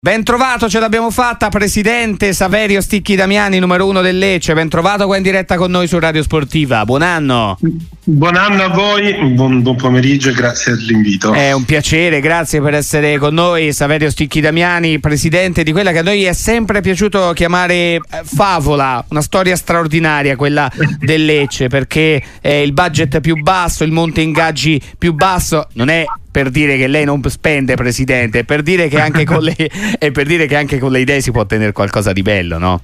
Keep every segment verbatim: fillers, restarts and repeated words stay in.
Ben trovato, ce l'abbiamo fatta, presidente Saverio Sticchi Damiani, numero uno del Lecce. Ben trovato qua in diretta con noi su Radio Sportiva. Buon anno. Buon anno a voi, buon, buon pomeriggio e grazie dell'invito. È un piacere, grazie per essere con noi. Saverio Sticchi Damiani, presidente di quella che a noi è sempre piaciuto chiamare favola, una storia straordinaria, quella del Lecce, perché è il budget più basso, il monte ingaggi più basso. Non è per dire che lei non spende, presidente, è per dire che anche con le, è per dire che anche con le idee si può ottenere qualcosa di bello, no?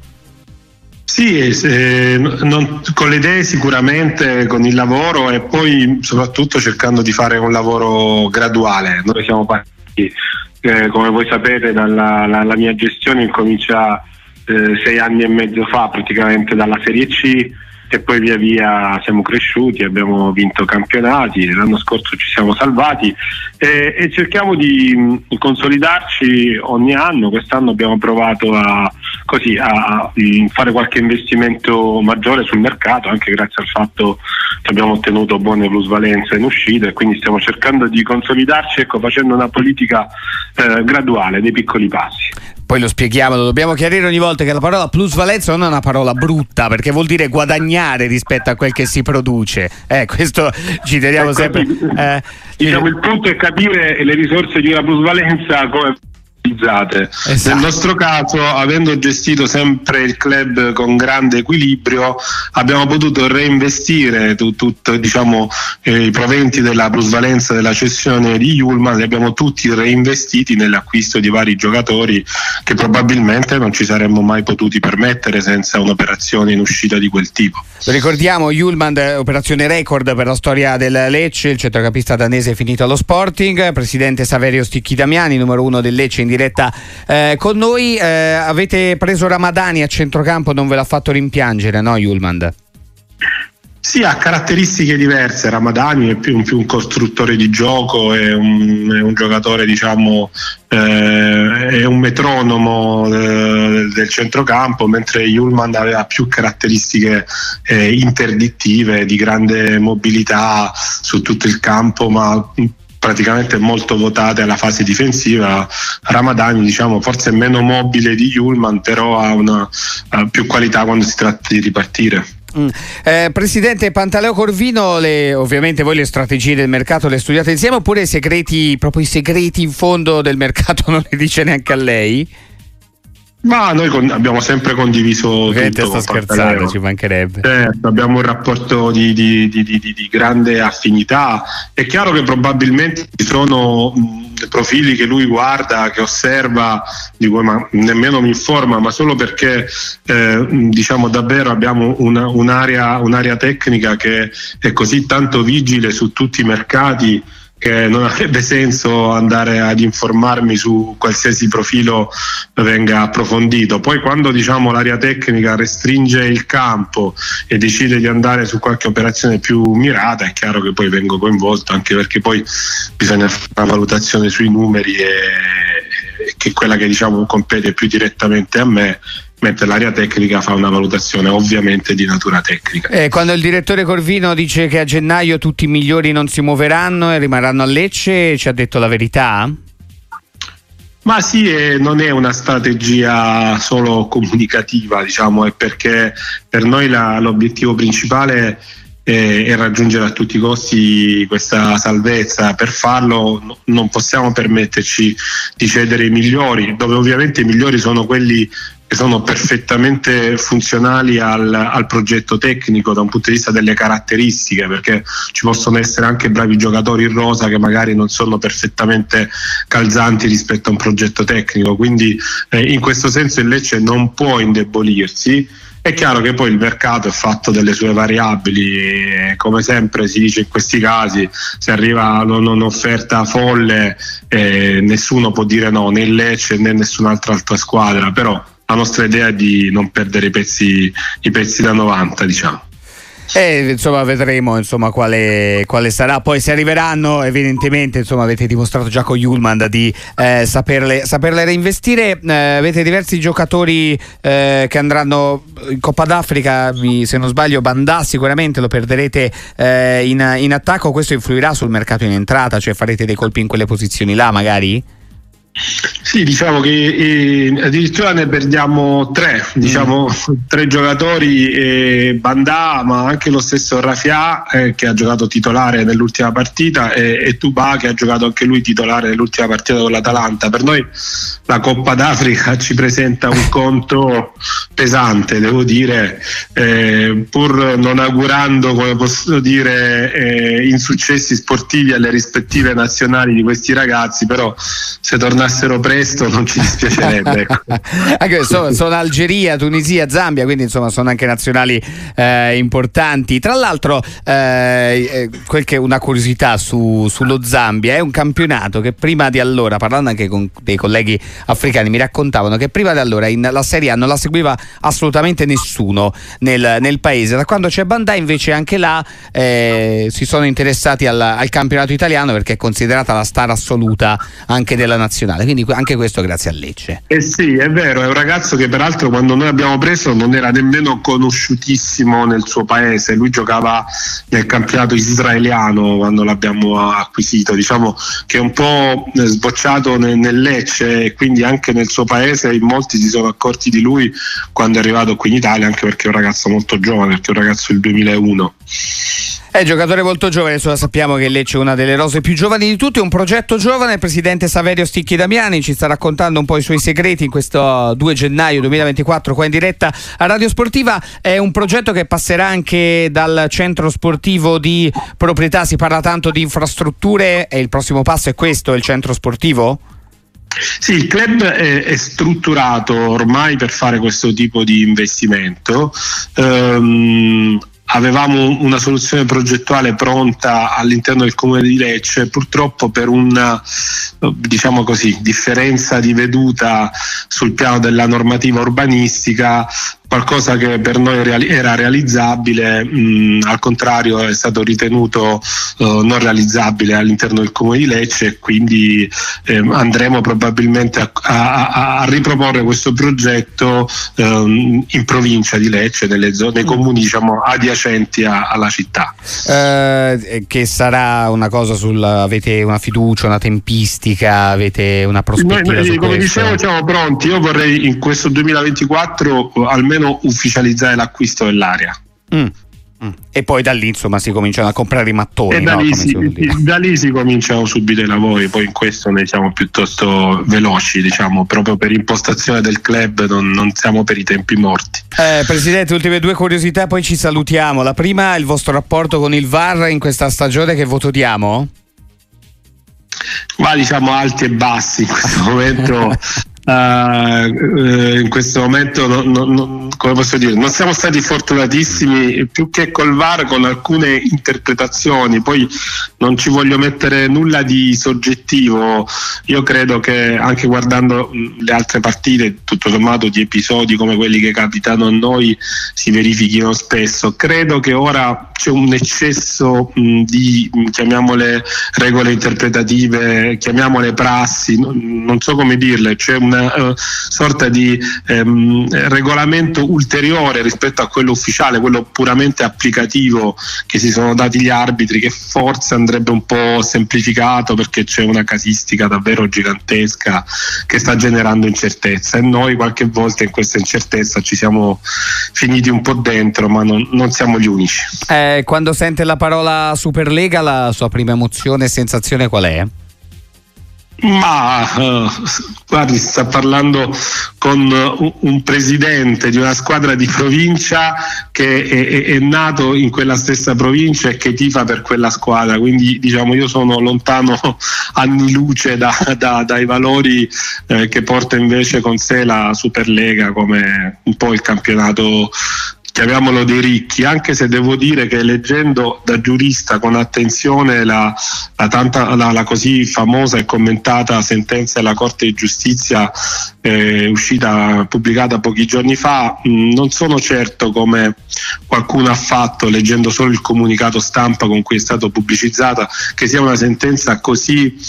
Sì, eh, non, con le idee sicuramente, con il lavoro e poi soprattutto cercando di fare un lavoro graduale. Noi siamo partiti, eh, come voi sapete, dalla la, la mia gestione incomincia eh, sei anni e mezzo fa, praticamente dalla Serie C, e poi via via siamo cresciuti, abbiamo vinto campionati, l'anno scorso ci siamo salvati e, e cerchiamo di mh, consolidarci ogni anno. Quest'anno abbiamo provato a, così, a, a fare qualche investimento maggiore sul mercato, anche grazie al fatto che abbiamo ottenuto buone plusvalenze in uscita, e quindi stiamo cercando di consolidarci, ecco, facendo una politica eh, graduale, dei piccoli passi. Poi lo spieghiamo, lo dobbiamo chiarire ogni volta, che la parola plusvalenza non è una parola brutta, perché vuol dire guadagnare rispetto a quel che si produce. Eh, questo ci teniamo ecco, sempre. Eh, diciamo, il punto è capire le risorse di una plusvalenza come utilizzate. Esatto. Nel nostro caso, avendo gestito sempre il club con grande equilibrio, abbiamo potuto reinvestire tutto, diciamo, eh, i proventi della plusvalenza della cessione di Ullman, li abbiamo tutti reinvestiti nell'acquisto di vari giocatori che probabilmente non ci saremmo mai potuti permettere senza un'operazione in uscita di quel tipo. Lo ricordiamo, Ullman, operazione record per la storia del Lecce, il centrocampista danese è finito allo Sporting. Presidente Saverio Sticchi Damiani, numero uno del Lecce, in diretta eh, con noi. Eh, avete preso Ramadani a centrocampo, non ve l'ha fatto rimpiangere, no Ullman? Sì, ha caratteristiche diverse. Ramadani è più, più un costruttore di gioco, è un, è un giocatore, diciamo, eh, è un metronomo eh, del centrocampo, mentre Ullman aveva più caratteristiche eh, interdittive, di grande mobilità su tutto il campo, ma praticamente molto votate alla fase difensiva. Ramadani, diciamo, forse è meno mobile di Ullman, però ha una ha più qualità quando si tratta di ripartire. Mm. Eh, Presidente Pantaleo Corvino, le, ovviamente voi le strategie del mercato le studiate insieme, oppure i segreti, proprio i segreti in fondo del mercato non le dice neanche a lei? Ma noi con, abbiamo sempre condiviso ovviamente tutto. Sto scherzando, ci mancherebbe. Certo, abbiamo un rapporto di, di, di, di, di grande affinità. È chiaro che probabilmente ci sono mh, profili che lui guarda, che osserva, di cui ma, nemmeno mi informa, ma solo perché eh, diciamo davvero abbiamo una, un'area, un'area tecnica che è così tanto vigile su tutti i mercati che non avrebbe senso andare ad informarmi su qualsiasi profilo venga approfondito. Poi quando, diciamo, l'area tecnica restringe il campo e decide di andare su qualche operazione più mirata, è chiaro che poi vengo coinvolto, anche perché poi bisogna fare una valutazione sui numeri, e, e che è quella che, diciamo, compete più direttamente a me, mentre l'area tecnica fa una valutazione ovviamente di natura tecnica. Eh, quando il direttore Corvino dice che a gennaio tutti i migliori non si muoveranno e rimarranno a Lecce, ci ha detto la verità? Ma sì, eh, non è una strategia solo comunicativa, diciamo, è perché per noi la, l'obiettivo principale è, è raggiungere a tutti i costi questa salvezza. Per farlo no, non possiamo permetterci di cedere i migliori, dove ovviamente i migliori sono quelli che sono perfettamente funzionali al, al progetto tecnico da un punto di vista delle caratteristiche, perché ci possono essere anche bravi giocatori in rosa che magari non sono perfettamente calzanti rispetto a un progetto tecnico, quindi eh, in questo senso il Lecce non può indebolirsi. È chiaro che poi il mercato è fatto delle sue variabili, e come sempre si dice in questi casi, se arriva un'offerta folle eh, nessuno può dire no, né il Lecce né nessun'altra altra squadra, però la nostra idea è di non perdere i pezzi, i pezzi da novanta, diciamo. E insomma vedremo insomma quale, quale sarà. Poi se arriveranno, evidentemente, insomma, avete dimostrato già con Ullman di eh, saperle, saperle reinvestire. Eh, avete diversi giocatori eh, che andranno in Coppa d'Africa, se non sbaglio Bandà sicuramente lo perderete eh, in, in attacco. Questo influirà sul mercato in entrata, cioè farete dei colpi in quelle posizioni là magari? Sì, diciamo che eh, addirittura ne perdiamo tre, diciamo mm. tre giocatori, eh, Bandà, ma anche lo stesso Rafia eh, che ha giocato titolare nell'ultima partita e, e Tubà che ha giocato anche lui titolare nell'ultima partita con l'Atalanta. Per noi la Coppa d'Africa ci presenta un conto pesante, devo dire, eh, pur non augurando, come posso dire, eh, insuccessi sportivi alle rispettive nazionali di questi ragazzi, però se tornassero presto non ci dispiacerebbe. Ecco. Anche, sono, sono Algeria, Tunisia, Zambia, quindi insomma sono anche nazionali eh, importanti. Tra l'altro, eh, quel che è una curiosità su, sullo Zambia, è un campionato che prima di allora, parlando anche con dei colleghi africani, mi raccontavano che prima di allora in la Serie A non la seguiva assolutamente nessuno nel, nel paese. Da quando c'è Bandà invece anche là eh, si sono interessati al, al campionato italiano, perché è considerata la star assoluta anche della nazionale, quindi anche questo grazie a Lecce. Eh sì, è vero, è un ragazzo che peraltro quando noi abbiamo preso non era nemmeno conosciutissimo nel suo paese, lui giocava nel campionato israeliano quando l'abbiamo acquisito, diciamo che è un po' sbocciato nel, nel Lecce, e quindi anche nel suo paese in molti si sono accorti di lui quando è arrivato qui in Italia, anche perché è un ragazzo molto giovane, perché è un ragazzo del duemilauno. È giocatore molto giovane, adesso sappiamo che Lecce è una delle rose più giovani di tutti, un progetto giovane. Il presidente Saverio Sticchi Damiani ci sta raccontando un po' i suoi segreti in questo due gennaio duemilaventiquattro qua in diretta a Radio Sportiva. È un progetto che passerà anche dal centro sportivo di proprietà, si parla tanto di infrastrutture e il prossimo passo è questo, il centro sportivo? Sì, il club è, è strutturato ormai per fare questo tipo di investimento. Um, Avevamo una soluzione progettuale pronta all'interno del comune di Lecce, purtroppo per una, diciamo così, differenza di veduta sul piano della normativa urbanistica, qualcosa che per noi era realizzabile, mh, al contrario è stato ritenuto uh, non realizzabile all'interno del comune di Lecce, e quindi eh, andremo probabilmente a, a, a riproporre questo progetto um, in provincia di Lecce, nelle zone, nei comuni diciamo adiacenti a, alla città. Eh, che sarà una cosa sul, avete una fiducia, una tempistica, avete una prospettiva? Noi, su come questo? dicevo, siamo pronti. Io vorrei in questo duemilaventiquattro almeno ufficializzare l'acquisto dell'area. Mm. Mm. E poi da lì insomma si cominciano a comprare i mattoni, e da, no? lì si, da lì si cominciano subito i lavori. Poi in questo ne siamo piuttosto veloci, diciamo, proprio per impostazione del club, non, non siamo per i tempi morti. eh, Presidente, ultime due curiosità, poi ci salutiamo. La prima è il vostro rapporto con il V A R in questa stagione, che voto diamo? Ma diciamo alti e bassi in questo momento. Uh, uh, in questo momento no, no, no, come posso dire, non siamo stati fortunatissimi, più che col V A R, con alcune interpretazioni. Poi non ci voglio mettere nulla di soggettivo. Io credo che anche guardando le altre partite, tutto sommato di episodi come quelli che capitano a noi si verifichino spesso. Credo che ora c'è un eccesso mh, di, chiamiamole regole interpretative, chiamiamole prassi, non, non so come dirle, c'è una Uh, sorta di um, regolamento ulteriore rispetto a quello ufficiale, quello puramente applicativo che si sono dati gli arbitri, che forse andrebbe un po' semplificato, perché c'è una casistica davvero gigantesca che sta generando incertezza, e noi qualche volta in questa incertezza ci siamo finiti un po' dentro, ma non, non siamo gli unici. Eh, quando sente la parola Superlega, la sua prima emozione e sensazione qual è? Ma uh, guardi, sta parlando con uh, un presidente di una squadra di provincia che è, è, è nato in quella stessa provincia e che tifa per quella squadra, quindi diciamo io sono lontano anni luce da, da, dai valori eh, che porta invece con sé la Superlega, come un po' il campionato, chiamiamolo, dei ricchi, anche se devo dire che leggendo da giurista con attenzione la, la, tanta, la, la così famosa e commentata sentenza della Corte di Giustizia eh, uscita, pubblicata pochi giorni fa, mh, non sono certo, come qualcuno ha fatto leggendo solo il comunicato stampa con cui è stata pubblicizzata, che sia una sentenza così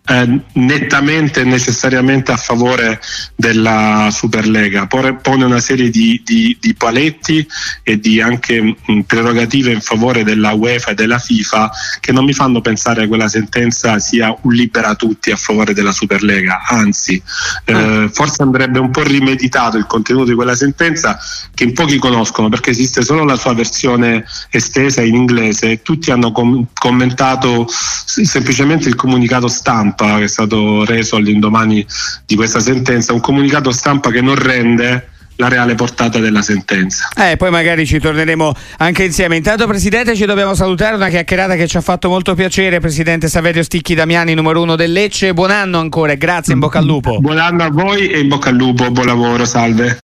eh, nettamente e necessariamente a favore della Superlega, pone una serie di, di, di paletti e di anche mh, prerogative in favore della UEFA e della FIFA che non mi fanno pensare che quella sentenza sia un libera tutti a favore della Superlega, anzi eh, forse andrebbe un po' rimeditato il contenuto di quella sentenza, che in pochi conoscono perché esiste solo la sua versione estesa in inglese e tutti hanno com- commentato semplicemente il comunicato stampa che è stato reso all'indomani di questa sentenza, un comunicato stampa che non rende la reale portata della sentenza. Eh, poi magari ci torneremo anche insieme. Intanto, Presidente, ci dobbiamo salutare, una chiacchierata che ci ha fatto molto piacere. Presidente Saverio Sticchi Damiani, numero uno del Lecce, buon anno ancora e grazie, in bocca al lupo. Buon anno a voi e in bocca al lupo, buon lavoro, salve.